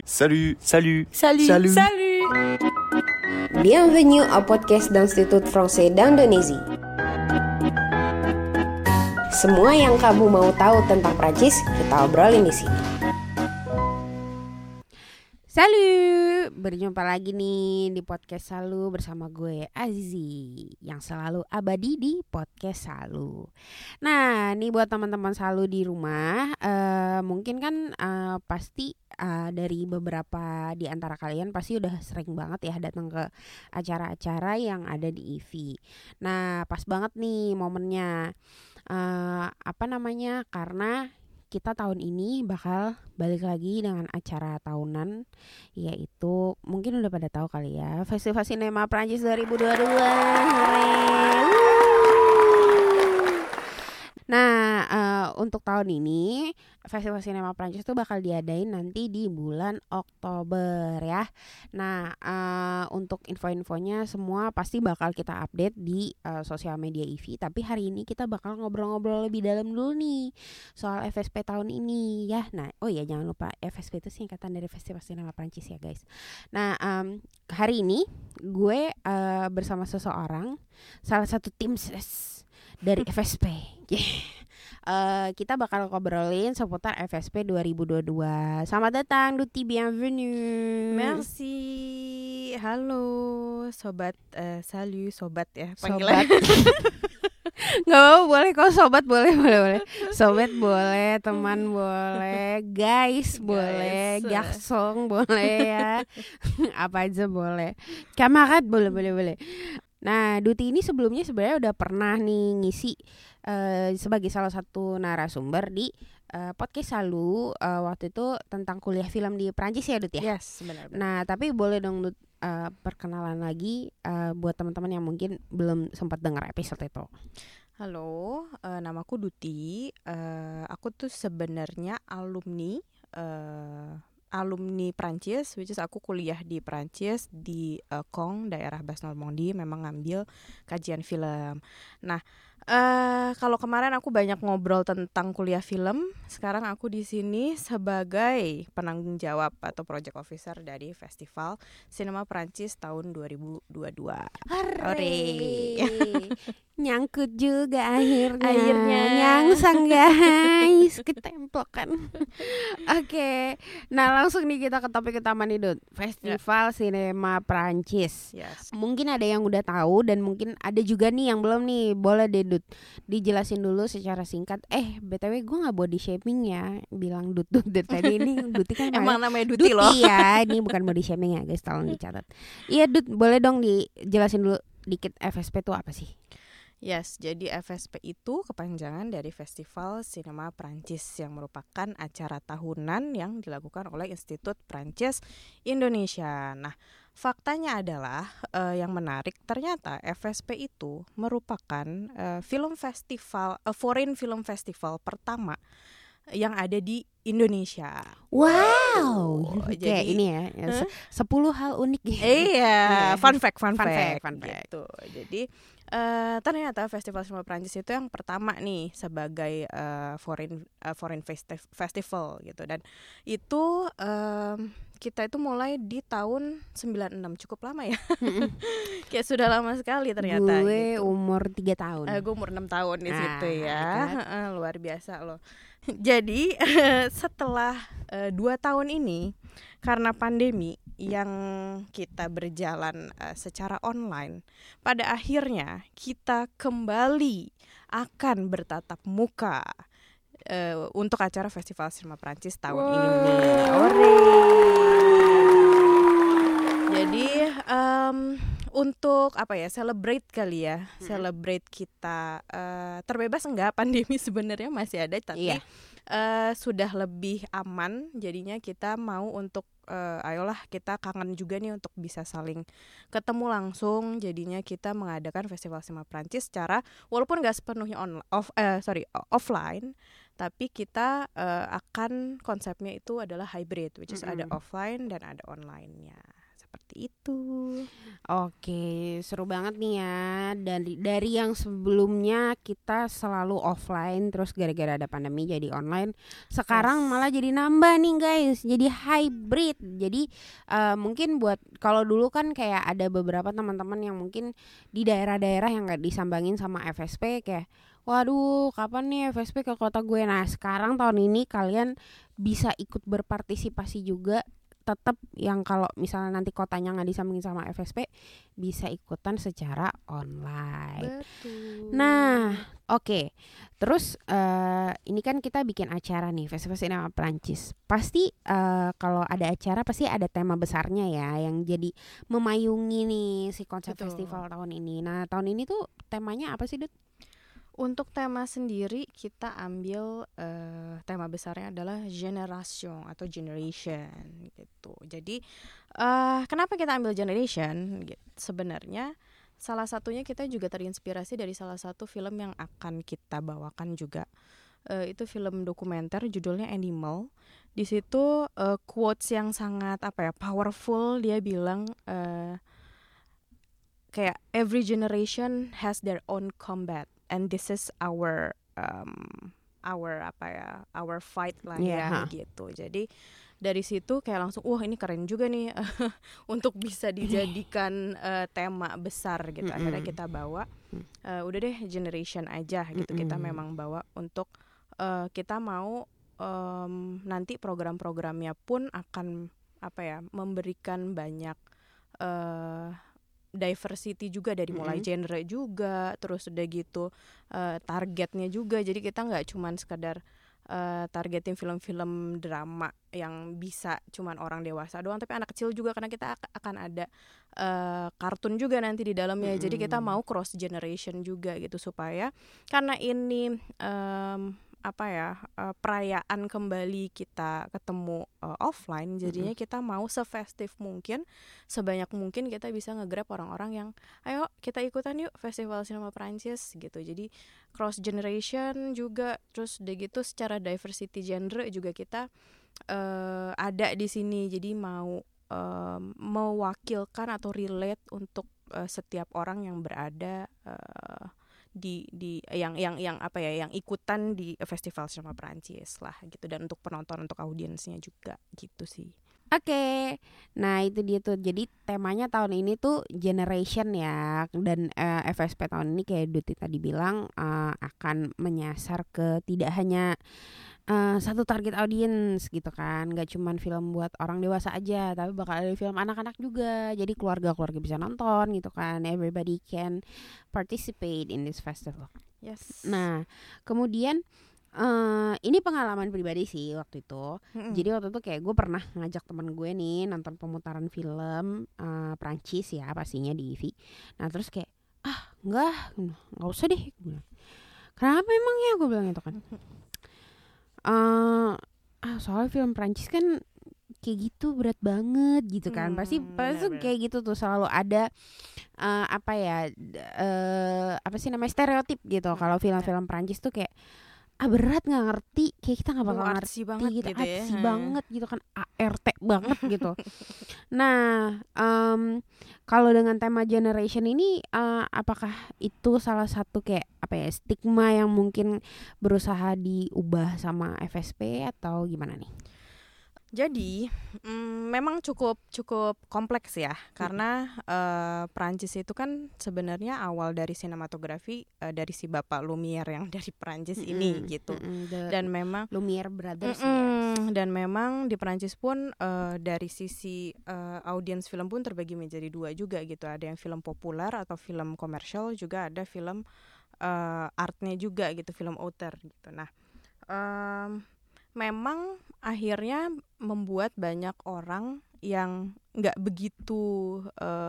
Salut, salut, Salut, salut. salut. Bienvenue au podcast d'Institut Français d'Indonésie. Semua yang kamu mau tahu tentang Prancis, kita obrolin di sini. Salut, berjumpa lagi nih di podcast Salu bersama gue Azizi yang selalu abadi di podcast Salu. Nah, nih buat teman-teman Salu di rumah, mungkin kan pasti dari beberapa di antara kalian pasti udah sering banget ya datang ke acara-acara yang ada di IFI. Nah, pas banget nih momennya, karena kita tahun ini bakal balik lagi dengan acara tahunan, yaitu mungkin udah pada tahu kali ya, Festival Sinema Prancis 2022. Nah, untuk tahun ini Festival Sinema Prancis itu bakal diadain nanti di bulan Oktober ya. Nah, untuk info-infonya semua pasti bakal kita update di sosial media IFI. Tapi hari ini kita bakal ngobrol-ngobrol lebih dalam dulu nih soal FSP tahun ini ya. Nah, oh ya jangan lupa FSP itu singkatan dari Festival Sinema Prancis ya guys. Nah, hari ini gue bersama seseorang, salah satu tim ses dari FSP. Kita bakal ngobrolin seputar FSP 2022. Selamat datang Duti, bienvenue. Merci. Halo sobat, salut sobat ya Sobat. panggilan. Nggak apa-apa, boleh kok sobat, boleh. Sobat boleh, teman boleh, guys boleh, garçon boleh ya. Apa aja boleh. Kamarad boleh. Nah, Duti ini sebelumnya sebenarnya udah pernah nih ngisi sebagai salah satu narasumber di podcast Salu waktu itu tentang kuliah film di Prancis ya, Dut ya? Yes, benar. Nah, tapi boleh dong Dut perkenalan lagi buat teman-teman yang mungkin belum sempat dengar episode itu. Halo, namaku Duti. Aku tuh sebenarnya alumni Prancis, which is aku kuliah di Prancis di Caen, daerah Basse-Normandie, memang ngambil kajian film. Nah, kalau kemarin aku banyak ngobrol tentang kuliah film, sekarang aku di sini sebagai penanggung jawab atau project officer dari Festival Sinema Prancis tahun 2022. Hore. Nyangkut juga akhirnya. Nyangsang guys, ketemplokan. Oke. Nah, langsung nih kita ke topik utama nih, Dut. Festival Sinema Prancis. Yes. Mungkin ada yang udah tahu dan mungkin ada juga nih yang belum nih. Boleh deh, Dut, dijelasin dulu secara singkat. BTW gue gak body shaming ya, bilang Dut tadi ini Duti kan Emang namanya Duti loh. Duti ya, ini bukan body shaming ya guys, tolong dicatat. Iya Dut, boleh dong dijelasin dulu dikit FSP itu apa sih? Yes, jadi FSP itu kepanjangan dari Festival Sinema Prancis yang merupakan acara tahunan yang dilakukan oleh Institut Prancis Indonesia. Nah, faktanya adalah yang menarik, ternyata FSP itu merupakan foreign film festival pertama yang ada di Indonesia. Wow, Jadi kayak ini ya 10 hal unik gitu. Iya, fun fact. fact. Gitu. Jadi ternyata Festival Sinema Prancis itu yang pertama nih sebagai foreign festival gitu, dan itu kita itu mulai di tahun 96, cukup lama ya. Kayak sudah lama sekali ternyata. Gue gitu. umur 3 tahun. Gue umur 6 tahun di situ ya. Luar biasa loh. Jadi setelah 2 tahun ini, karena pandemi yang kita berjalan secara online, pada akhirnya kita kembali akan bertatap muka untuk acara Festival Sinema Prancis tahun ini. Jadi untuk celebrate kali ya, celebrate kita terbebas enggak pandemi sebenarnya masih ada, tapi sudah lebih aman. Jadinya kita mau untuk ayolah kita kangen juga nih untuk bisa saling ketemu langsung. Jadinya kita mengadakan Festival Sinema Prancis secara walaupun nggak sepenuhnya offline, tapi kita akan konsepnya itu adalah hybrid, which is ada offline dan ada online-nya. seperti itu. Oke, seru banget nih ya. Dari yang sebelumnya kita selalu offline, terus gara-gara ada pandemi jadi online. Sekarang malah jadi nambah nih guys, jadi hybrid. Jadi mungkin buat kalau dulu kan kayak ada beberapa teman-teman yang mungkin di daerah-daerah yang nggak disambangin sama FSP kayak, waduh, kapan nih FSP ke kota gue? Nah, sekarang tahun ini kalian bisa ikut berpartisipasi juga. Tetap yang kalau misalnya nanti kotanya nggak disambungin sama FSP bisa ikutan secara online. Betul. Nah, oke. Terus ini kan kita bikin acara nih, Festival Sinema Perancis. Pasti kalau ada acara pasti ada tema besarnya ya yang jadi memayungi nih si konsep Betul. festival tahun ini. Nah, tahun ini tuh temanya apa sih, Dut? Untuk tema sendiri kita ambil tema besarnya adalah generation atau generation gitu. Jadi kenapa kita ambil generation? Sebenarnya salah satunya kita juga terinspirasi dari salah satu film yang akan kita bawakan juga. Itu film dokumenter judulnya Animal. Di situ quotes yang sangat powerful, dia bilang kayak every generation has their own combat. And this is our fight lah ya gitu. Jadi dari situ kayak langsung ini keren juga nih untuk bisa dijadikan tema besar gitu. Akhirnya kita bawa udah deh generation aja gitu. Kita memang bawa untuk kita mau nanti program-programnya pun akan memberikan banyak diversity juga dari mulai genre juga, terus udah gitu targetnya juga. Jadi kita nggak cuman sekadar targetin film-film drama yang bisa cuman orang dewasa doang, tapi anak kecil juga karena kita akan ada kartun juga nanti di dalamnya. Jadi kita mau cross generation juga gitu supaya karena ini perayaan kembali kita ketemu offline, jadinya kita mau sefestif mungkin, sebanyak mungkin kita bisa nge-grab orang-orang yang ayo kita ikutan yuk Festival Sinema Perancis gitu. Jadi cross generation juga, terus udah gitu secara diversity genre juga kita ada di sini. Jadi mau mewakilkan atau relate untuk setiap orang yang berada di yang ikutan di Festival Sinema Perancis lah gitu, dan untuk penonton, untuk audiensnya juga gitu sih. Oke, nah itu dia tuh. Jadi temanya tahun ini tuh generation ya, dan FSP tahun ini kayak Duti tadi bilang akan menyasar ke tidak hanya satu target audience gitu kan, nggak cuman film buat orang dewasa aja, tapi bakal ada film anak-anak juga. Jadi keluarga-keluarga bisa nonton gitu kan, everybody can participate in this festival. Yes. Nah, kemudian ini pengalaman pribadi sih waktu itu. Jadi waktu itu kayak gue pernah ngajak teman gue nih nonton pemutaran film Prancis ya pastinya di IVI. Nah terus kayak nggak usah deh. Kenapa emang ya, gue bilang itu kan. Soalnya film Prancis kan kayak gitu berat banget gitu kan. Pasti kayak gitu tuh selalu ada stereotip gitu. Kalau film-film Prancis tuh kayak berat, nggak ngerti, kayak kita nggak bakal ngerti banget gitu, gitu ya. artsy banget gitu kan, ART banget gitu. Nah, kalau dengan tema generation ini, apakah itu salah satu kayak stigma yang mungkin berusaha diubah sama FSP atau gimana nih? Jadi memang cukup kompleks ya, karena Perancis itu kan sebenarnya awal dari sinematografi dari si Bapak Lumière yang dari Perancis ini gitu. Dan memang Lumière Brothers dan memang di Perancis pun dari sisi audiens film pun terbagi menjadi dua juga gitu. Ada yang film populer atau film komersial, juga ada film artnya juga gitu, film auteur gitu. Nah, memang akhirnya membuat banyak orang yang nggak begitu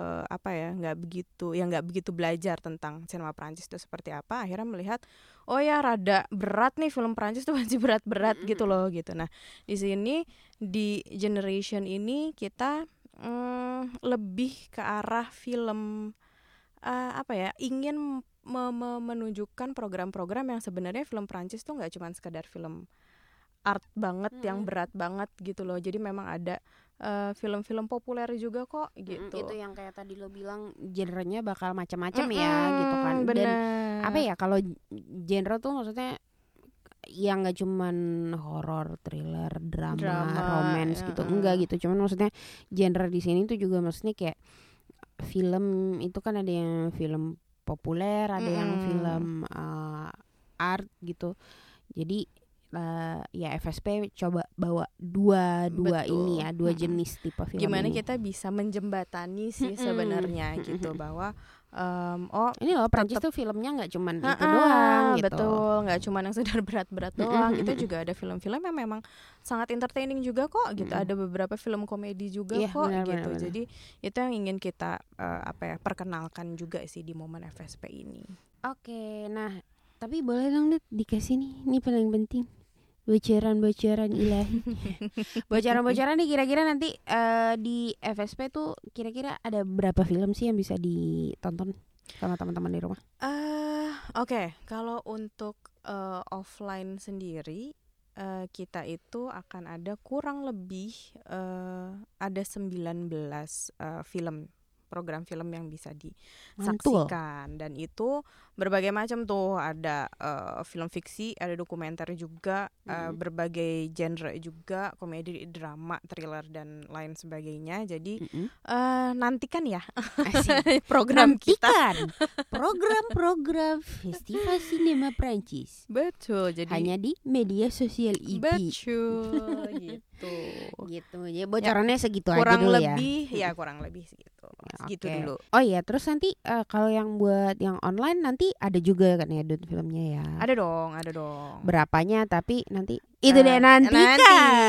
nggak begitu belajar tentang sinema Prancis itu seperti apa, akhirnya melihat rada berat nih film Prancis tuh, masih berat gitu loh gitu. Nah di sini di generation ini kita lebih ke arah film ingin menunjukkan program-program yang sebenarnya film Prancis tuh nggak cuma sekedar film art banget yang berat banget gitu loh. Jadi memang ada film-film populer juga kok gitu. Itu yang kayak tadi lo bilang genrenya bakal macam-macam ya gitu kan. Bener. Dan apa ya, kalau genre tuh maksudnya yang nggak cuman horor, thriller, drama, romance gitu, enggak gitu. Cuman maksudnya genre di sini tuh juga maksudnya kayak film itu kan ada yang film populer, ada yang film art gitu. Jadi ya FSP coba bawa dua ini ya, dua jenis tipe film. Gimana ini. kita bisa menjembatani sih sebenarnya gitu, bahwa ini loh Prancis tuh filmnya nggak cuman itu doang gitu. Betul, nggak cuman yang sedang berat-berat doang. Itu juga ada film-film yang memang sangat entertaining juga kok gitu. Ada beberapa film komedi juga kok benar, gitu. benar. Jadi itu yang ingin kita perkenalkan juga sih di momen FSP ini. Oke, nah tapi boleh dong Dut dikasih nih, ini paling penting, bocoran-bocoran ilahi. Bocoran-bocoran nih kira-kira nanti di FSP tuh kira-kira ada berapa film sih yang bisa ditonton sama teman-teman di rumah? Oke, kalau untuk offline sendiri kita itu akan ada kurang lebih ada 19 film, program film yang bisa disaksikan. Dan itu berbagai macam tuh, ada film fiksi, ada dokumenter juga, berbagai genre juga, komedi, drama, thriller dan lain sebagainya. Jadi nantikan ya program kita, program-program Festival Sinema Prancis. betul. Jadi Hanya di media sosial IP. betul gitu. Gitu. Jadi bocorannya segitu aja Kurang dulu lebih ya kurang lebih segitu. Segitu Oke. dulu. Oh iya, terus nanti kalau yang buat yang online nanti ada juga kan ya Dut filmnya ya. Ada dong. Berapanya tapi nanti itu deh nantikan.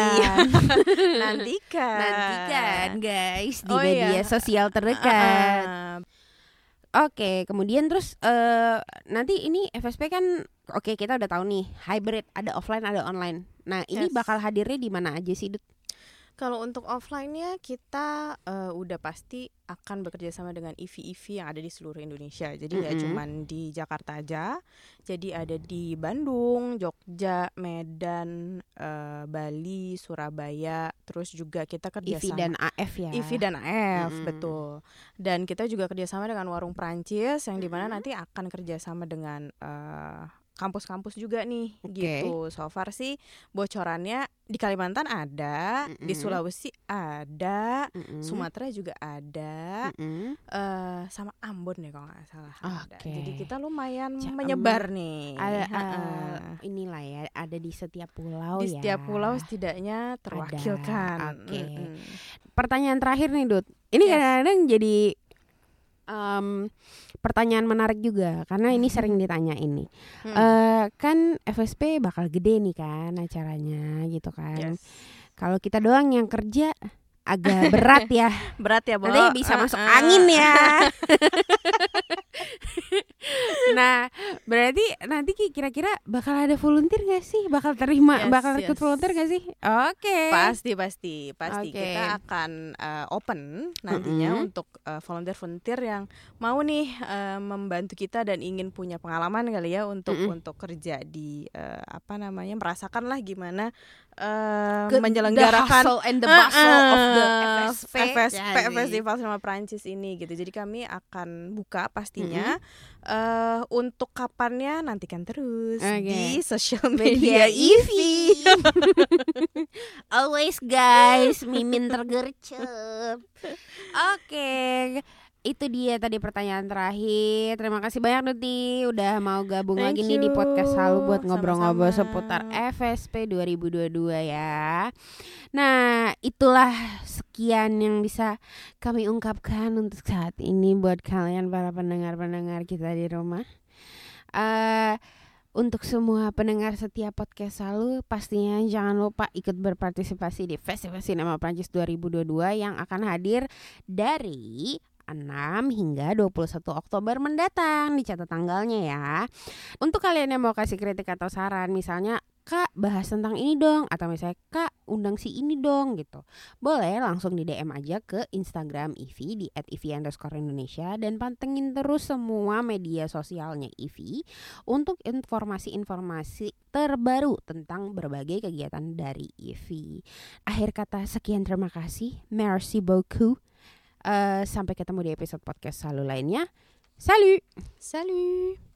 Nantikan guys di media sosial terdekat. Oke, kemudian terus nanti ini FSP kan oke, kita udah tahu nih hybrid, ada offline ada online. Nah, ini bakal hadirnya di mana aja sih Dut? Kalau untuk offline-nya kita udah pasti akan bekerja sama dengan EV-EV yang ada di seluruh Indonesia. Jadi nggak cuman di Jakarta aja, jadi ada di Bandung, Jogja, Medan, Bali, Surabaya. Terus juga kita kerja EV sama dan AF ya. EV dan AF, betul. Dan kita juga kerjasama dengan Warung Prancis yang dimana nanti akan kerjasama dengan kampus-kampus juga nih, gitu. So far sih bocorannya di Kalimantan ada, di Sulawesi ada, Sumatera juga ada, sama Ambon deh kalau nggak salah. Ada. Jadi kita lumayan menyebar nih. Inilah ya, ada di setiap pulau di ya. setiap pulau setidaknya terwakilkan. Pertanyaan terakhir nih Dut. Ini kadang-kadang jadi pertanyaan menarik juga karena ini sering ditanya ini. Kan FSP bakal gede nih kan acaranya gitu kan. Kalau kita doang yang kerja agak berat ya. Berat ya, Bo. Nanti bisa masuk angin ya. Nah, berarti nanti kira-kira bakal ada volunteer gak sih? Bakal terima, bakal ikut volunteer gak sih? Oke. Pasti. Kita akan open nantinya untuk volunteer yang mau nih membantu kita dan ingin punya pengalaman kali ya untuk kerja di merasakan lah gimana menyelenggarakan the hustle and the bustle of the FSP Festival Sinema Prancis ini gitu. Jadi kami akan buka pastinya untuk kapannya nantikan terus di social media EV. Always guys, mimin tergercep. Oke. Itu dia tadi pertanyaan terakhir. Terima kasih banyak Duti udah mau gabung lagi nih di podcast Halu buat ngobrol-ngobrol seputar FSP 2022 ya. Nah, itulah sekian yang bisa kami ungkapkan untuk saat ini buat kalian para pendengar-pendengar kita di rumah. Untuk semua pendengar setiap podcast Halu, pastinya jangan lupa ikut berpartisipasi di Festival Sinema Prancis 2022 yang akan hadir dari 6 hingga 21 Oktober mendatang. Dicatat tanggalnya ya. Untuk kalian yang mau kasih kritik atau saran, misalnya Kak bahas tentang ini dong, atau misalnya Kak undang si ini dong gitu. Boleh langsung di DM aja ke Instagram IVI di @ivi_Indonesia dan pantengin terus semua media sosialnya IVI untuk informasi-informasi terbaru tentang berbagai kegiatan dari IVI. Akhir kata sekian, terima kasih. Merci beaucoup. Sampai ketemu di episode podcast selalu lainnya. Salut. Salut.